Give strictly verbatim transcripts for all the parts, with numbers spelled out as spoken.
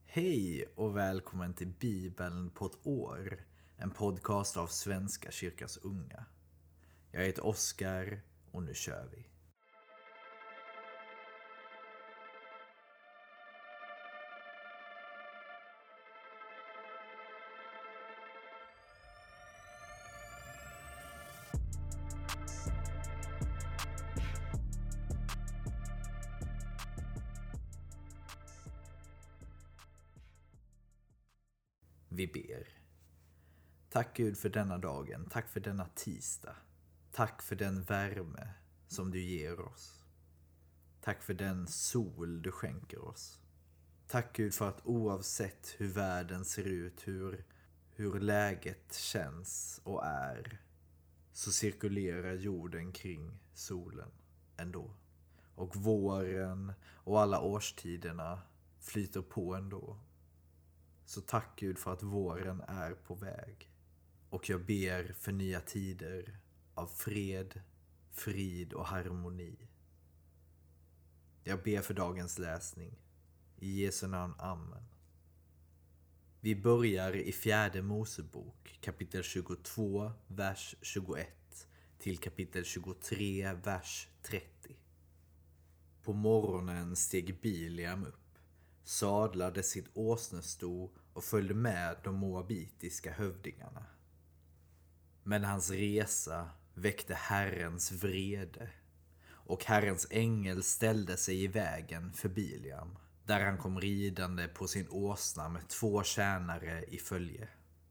Hej och välkommen till Bibeln på ett år, en podcast av Svenska kyrkans unga. Jag heter Oskar och nu kör vi. Vi ber. Tack Gud för denna dagen, tack för denna tisdag. Tack för den värme som du ger oss. Tack för den sol du skänker oss. Tack Gud för att oavsett hur världen ser ut, hur, hur läget känns och är, så cirkulerar jorden kring solen ändå. Och våren och alla årstiderna flyter på ändå. Så tack Gud för att våren är på väg. Och jag ber för nya tider av fred, frid och harmoni. Jag ber för dagens läsning. I Jesu namn, amen. Vi börjar i fjärde Mosebok, kapitel tjugotvå, vers tjugoett till kapitel tjugotre, vers trettio. På morgonen steg Biliam upp, sadlade sitt åsnesto och följde med de moabitiska hövdingarna. Men hans resa väckte Herrens vrede, och Herrens ängel ställde sig i vägen för Biliam, där han kom ridande på sin åsna med två tjänare i följe.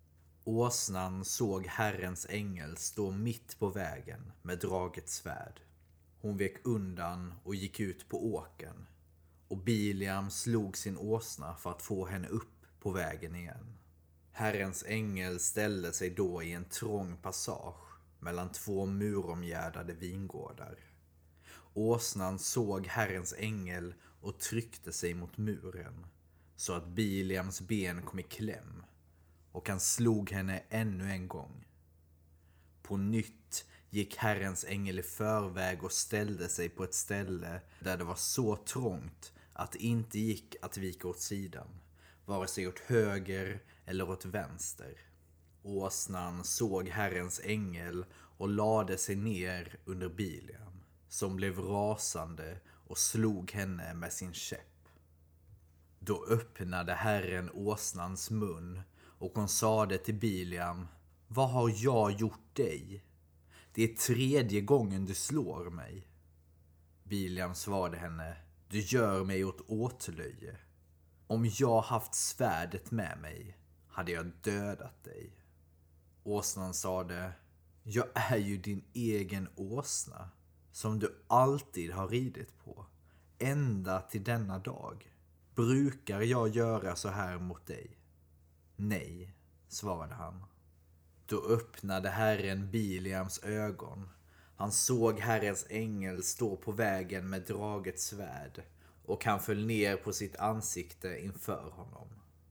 Åsnan såg Herrens ängel stå mitt på vägen med draget svärd. Hon vek undan och gick ut på åkern, och Biliam slog sin åsna för att få henne upp på vägen igen. Herrens ängel ställde sig då i en trång passage mellan två muromgärdade vingårdar. Åsnan såg Herrens ängel och tryckte sig mot muren, så att Biliams ben kom i kläm, och han slog henne ännu en gång. På nytt gick Herrens ängel i förväg och ställde sig på ett ställe där det var så trångt att det inte gick att vika åt sidan, vare sig åt höger eller åt vänster. Åsnan såg Herrens ängel och lade sig ner under Biliam, som blev rasande och slog henne med sin käpp. Då öppnade Herren åsnans mun, och hon sade till Biliam: "Vad har jag gjort dig? Det är tredje gången du slår mig." Biliam svarade henne: "Du gör mig åt åtlöje. Om jag haft svärdet med mig hade jag dödat dig." Åsnan sade: "Jag är ju din egen åsna, som du alltid har ridit på, ända till denna dag. Brukar jag göra så här mot dig?" "Nej", svarade han. Då öppnade Herren Biliams ögon. Han såg Herrens ängel stå på vägen med draget svärd, och han föll ner på sitt ansikte inför honom.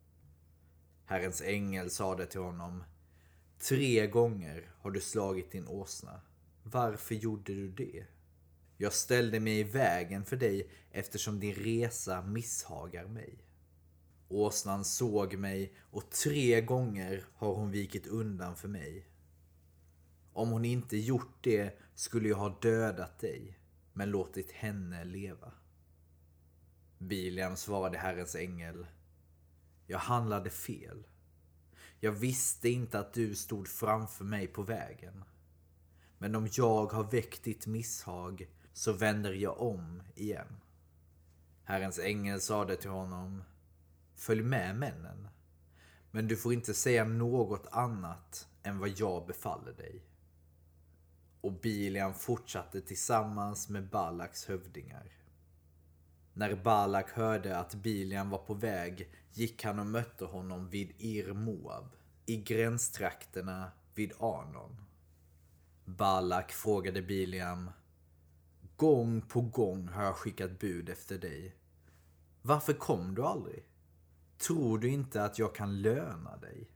Herrens ängel sade till honom: "Tre gånger har du slagit din åsna. Varför gjorde du det?" "Jag ställde mig i vägen för dig eftersom din resa misshagar mig." "Åsnan såg mig, och tre gånger har hon vikit undan för mig. Om hon inte gjort det skulle jag ha dödat dig, men låtit henne leva." Biliam svarade Herrens ängel: "Jag handlade fel. Jag visste inte att du stod framför mig på vägen. Men om jag har väckt ditt misshag så vänder jag om igen." Herrens ängel sade till honom: "Följ med männen, men du får inte säga något annat än vad jag befaller dig." Och Biliam fortsatte tillsammans med Balaks hövdingar. När Balak hörde att Biliam var på väg gick han och mötte honom vid Ir Moab, i gränstrakterna vid Arnon. Balak frågade Biliam: "Gång på gång har jag skickat bud efter dig. Varför kom du aldrig? Tror du inte att jag kan löna dig?"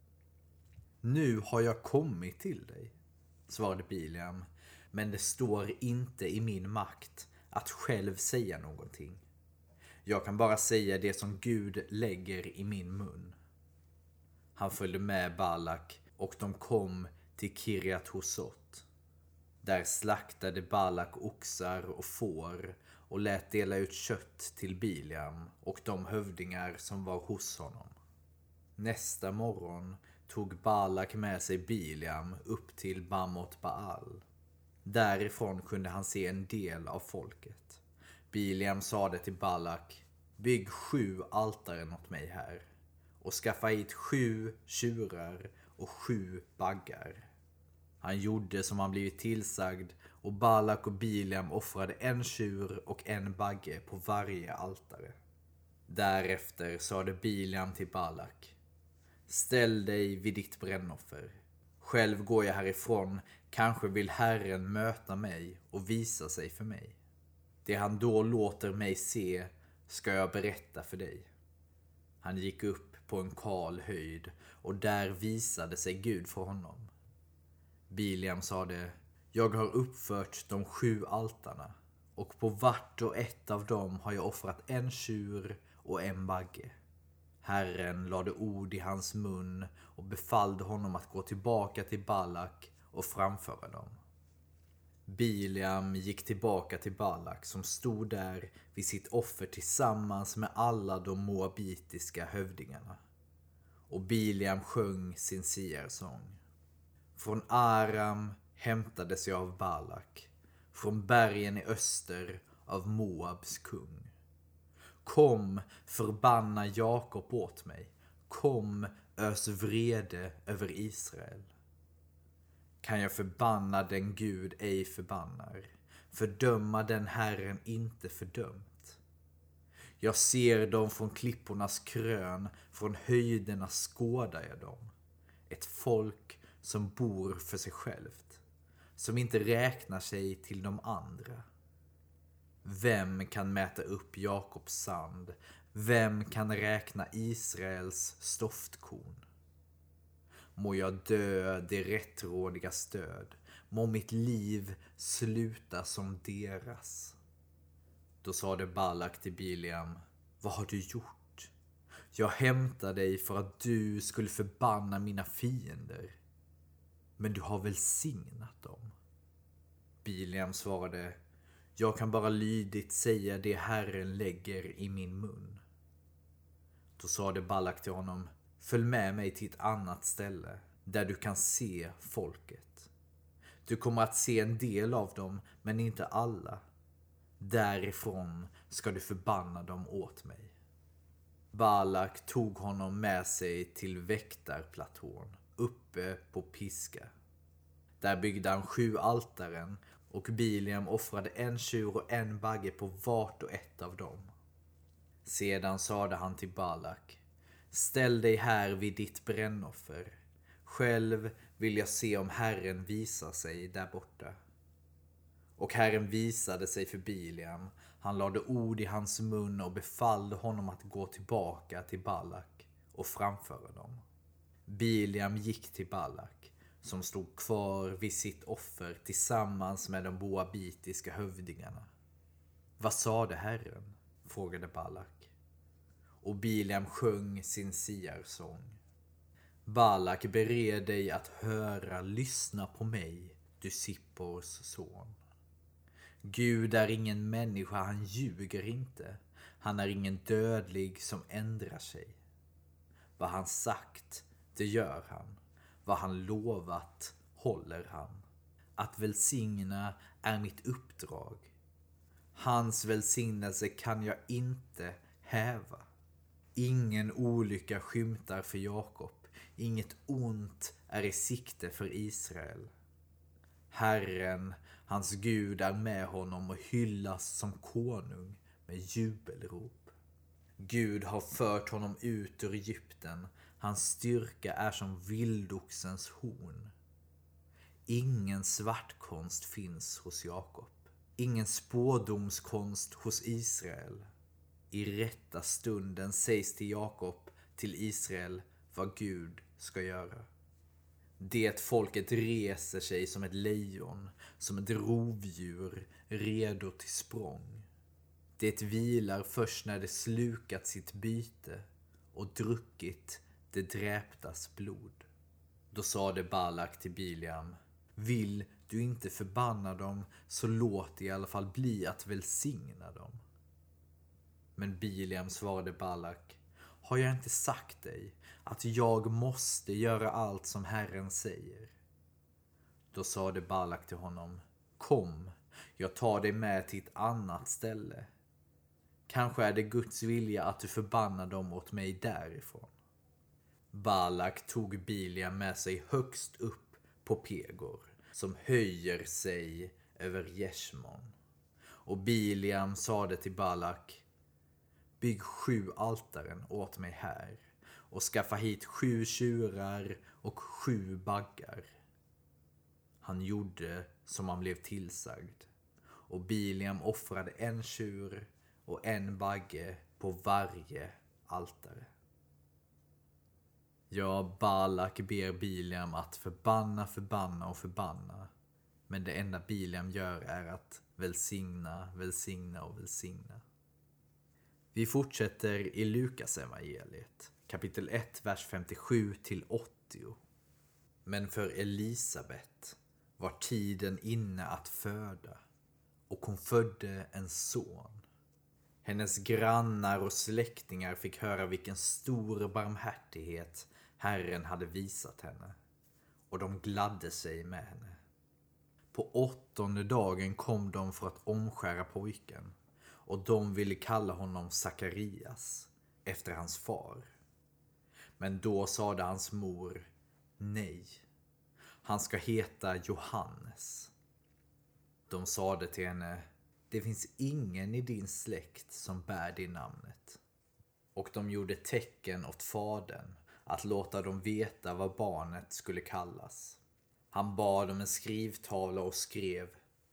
"Nu har jag kommit till dig", svarade Biliam, "men det står inte i min makt att själv säga någonting. Jag kan bara säga det som Gud lägger i min mun. Han följde med Balak och de kom till Kirjat Husot. Där slaktade Balak oxar och får och lät dela ut kött till Biliam och de hövdingar som var hos honom. Nästa morgon tog Balak med sig Biliam upp till Bamot Baal. Därifrån kunde han se en del av folket. Biliam sade till Balak: bygg sju altaren åt mig här och skaffa hit sju tjurar och sju baggar. Han gjorde som han blivit tillsagd och Balak och Biliam offrade en tjur och en bagge på varje altare. Därefter sade Biliam till Balak: ställ dig vid ditt brännoffer. Själv går jag härifrån, kanske vill Herren möta mig och visa sig för mig. Det han då låter mig se ska jag berätta för dig. Han gick upp på en kal höjd och där visade sig Gud för honom. Biliam sade: jag har uppfört de sju altarna och på vart och ett av dem har jag offrat en tjur och en bagge. Herren lade ord i hans mun och befallde honom att gå tillbaka till Balak och framföra dem. Biliam gick tillbaka till Balak som stod där vid sitt offer tillsammans med alla de moabitiska hövdingarna. Och Biliam sjöng sin siarsång. Från Aram hämtades jag av Balak, från bergen i öster av Moabs kung. Kom, förbanna Jakob åt mig. Kom, ös vrede över Israel. Kan jag förbanna den Gud ej förbannar, fördöma den Herren inte fördömt. Jag ser dem från klippornas krön, från höjderna skådar jag dem. Ett folk som bor för sig självt, som inte räknar sig till de andra. Vem kan mäta upp Jakobs sand? Vem kan räkna Israels stoftkorn? Må jag dö det rättrådiga stöd. Må mitt liv sluta som deras. Då sade Balak till Biliam: vad har du gjort? Jag hämtar dig för att du skulle förbanna mina fiender. Men du har välsignat dem. Biliam svarade: jag kan bara lydigt säga det Herren lägger i min mun. Då sade Balak till honom: följ med mig till ett annat ställe där du kan se folket. Du kommer att se en del av dem, men inte alla. Därifrån ska du förbanna dem åt mig. Balak tog honom med sig till väktarplatån uppe på Piska. Där byggde han sju altaren och Biliam offrade en tjur och en bagge på vart och ett av dem. Sedan sade han till Balak: ställ dig här vid ditt brännoffer. Själv vill jag se om Herren visar sig där borta. Och Herren visade sig för Biliam. Han lade ord i hans mun och befallde honom att gå tillbaka till Balak och framföra dem. Biliam gick till Balak, som stod kvar vid sitt offer tillsammans med de moabitiska hövdingarna. Vad sade Herren? Frågade Balak. Och Biliam sjöng sin siarsång. Balak, bered dig att höra, lyssna på mig, du Sippors son. Gud är ingen människa, han ljuger inte. Han är ingen dödlig som ändrar sig. Vad han sagt, det gör han. Vad han lovat, håller han. Att välsigna är mitt uppdrag. Hans välsignelse kan jag inte häva. Ingen olycka skymtar för Jakob. Inget ont är i sikte för Israel. Herren, hans Gud, är med honom och hyllas som konung med jubelrop. Gud har fört honom ut ur Egypten. Hans styrka är som vildoxens horn. Ingen svartkonst finns hos Jakob. Ingen spådomskonst hos Israel. I rätta stunden sägs till Jakob, till Israel, vad Gud ska göra. Det folket reser sig som ett lejon, som ett rovdjur, redo till språng. Det vilar först när det slukat sitt byte och druckit det dräptas blod. Då sade Balak till Biliam: vill du inte förbanna dem, så låt i alla fall bli att välsigna dem. Men Biliam svarade Balak: har jag inte sagt dig att jag måste göra allt som Herren säger? Då sade Balak till honom: kom, jag tar dig med till ett annat ställe. Kanske är det Guds vilja att du förbannar dem åt mig därifrån. Balak tog Biliam med sig högst upp på Pegor, som höjer sig över Jeshmon. Och Biliam sade till Balak: bygg sju altaren åt mig här och skaffa hit sju tjurar och sju baggar. Han gjorde som han blev tillsagd, och Biliam offrade en tjur och en bagge på varje altare. Ja, Balak ber Biliam att förbanna, förbanna och förbanna. Men det enda Biliam gör är att välsigna, välsigna och välsigna. Vi fortsätter i Lukas evangeliet, kapitel ett, vers femtiosju till åttio. Men för Elisabet var tiden inne att föda, och hon födde en son. Hennes grannar och släktingar fick höra vilken stor barmhärtighet Herren hade visat henne, och de gladde sig med henne. På åttonde dagen kom de för att omskära pojken, och de ville kalla honom Sakarias, efter hans far. Men då sade hans mor: nej, han ska heta Johannes. De sade till henne: det finns ingen i din släkt som bär det namnet. Och de gjorde tecken åt fadern att låta dem veta vad barnet skulle kallas. Han bad om en skrivtavla och skrev: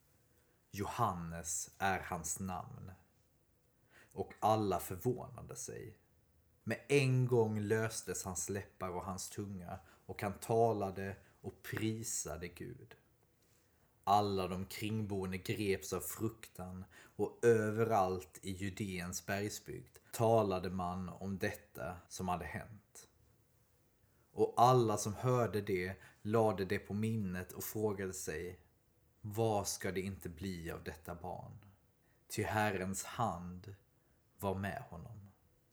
Johannes är hans namn. Och alla förvånade sig. Med en gång löstes hans läppar och hans tunga, och han talade och prisade Gud. Alla de kringboende greps av fruktan, och överallt i Judeens bergsbygd talade man om detta som hade hänt. Och alla som hörde det lade det på minnet och frågade sig: vad ska det inte bli av detta barn? Ty Herrens hand var med honom.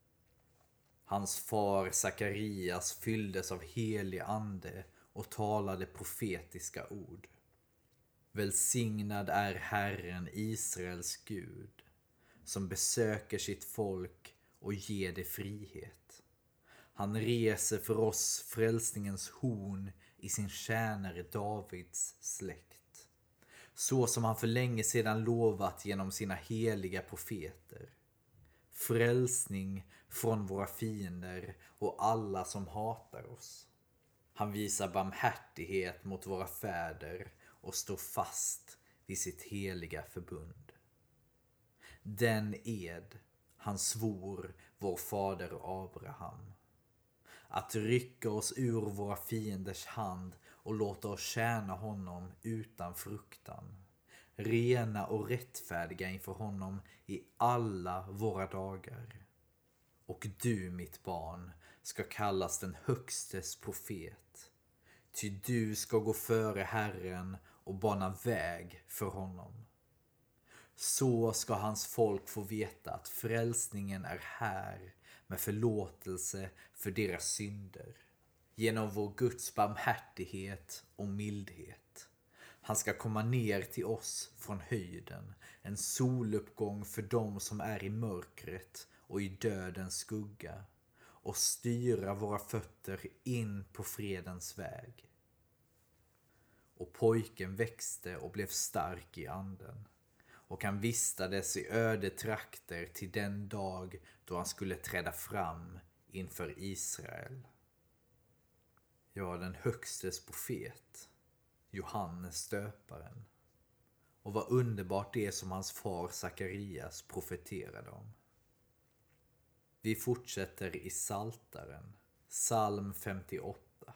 Hans far Sakarias fylldes av helig ande och talade profetiska ord. Välsignad är Herren, Israels Gud, som besöker sitt folk och ger det frihet. Han reser för oss frälsningens horn i sin tjänare Davids släkt, så som han för länge sedan lovat genom sina heliga profeter. Frälsning från våra fiender och alla som hatar oss. Han visar barmhärtighet mot våra fäder och står fast vid sitt heliga förbund. Den ed han svor vår fader Abraham, att rycka oss ur våra fienders hand och låta oss tjäna honom utan fruktan, rena och rättfärdiga inför honom i alla våra dagar. Och du, mitt barn, ska kallas den högstes profet, ty du ska gå före Herren och bana väg för honom. Så ska hans folk få veta att frälsningen är här med förlåtelse för deras synder, genom vår Guds barmhärtighet och mildhet. Han ska komma ner till oss från höjden, en soluppgång för dem som är i mörkret och i dödens skugga, och styra våra fötter in på fredens väg. Och pojken växte och blev stark i anden, och han vistades i öde trakter till den dag då han skulle träda fram inför Israel. Ja, den högstes profet, Johannes döparen. Och vad underbart det som hans far Sakarias profeterade om. Vi fortsätter i Psaltaren, psalm femtioåtta.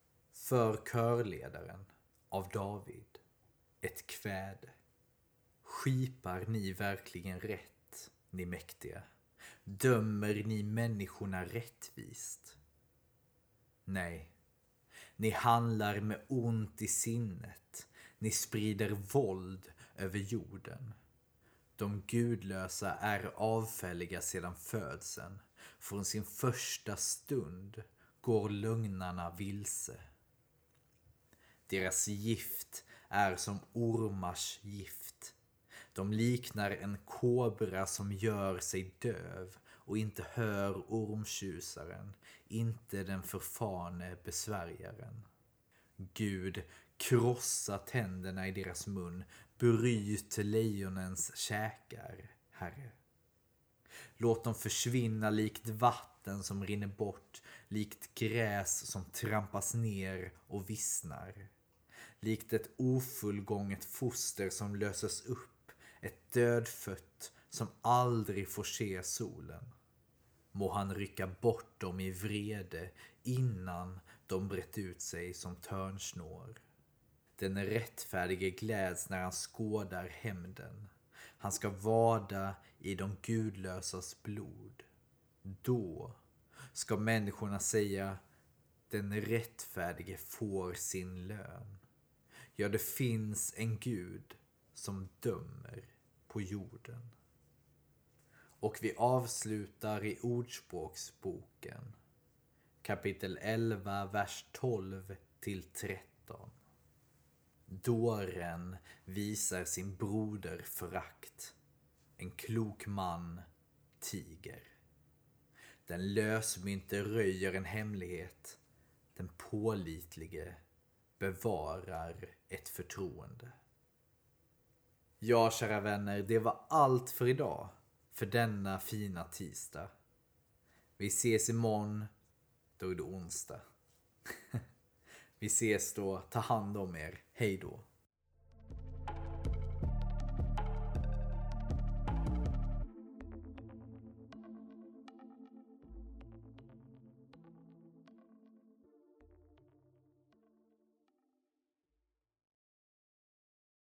För körledaren av David, ett kväde. Skipar ni verkligen rätt, ni mäktiga? Dömer ni människorna rättvist? Nej, ni handlar med ont i sinnet. Ni sprider våld över jorden. De gudlösa är avfälliga sedan födseln. Från sin första stund går lögnarna vilse. Deras gift är som ormars gift. De liknar en kobra som gör sig döv och inte hör ormtjusaren, inte den förfarne besvärjaren. Gud, krossa tänderna i deras mun, bryt lejonens käkar, Herre. Låt dem försvinna likt vatten som rinner bort, likt gräs som trampas ner och vissnar. Likt ett ofullgånget foster som löses upp, ett dödfött som aldrig får se solen. Må han rycka bort dem i vrede innan de brett ut sig som törnsnår. Den rättfärdige gläds när han skådar hämnden. Han ska vada i de gudlösas blod. Då ska människorna säga: den rättfärdige får sin lön. Ja, det finns en Gud som dömer på jorden. Och vi avslutar i Ordspråksboken, kapitel elva, vers tolv till tretton. Dåren visar sin broder förakt. En klok man tiger. Den lösmynte röjer en hemlighet. Den pålitlige bevarar ett förtroende. Ja, kära vänner, det var allt för idag. För denna fina tisdag. Vi ses imorgon. Då är det onsdag. Vi ses då. Ta hand om er. Hej då.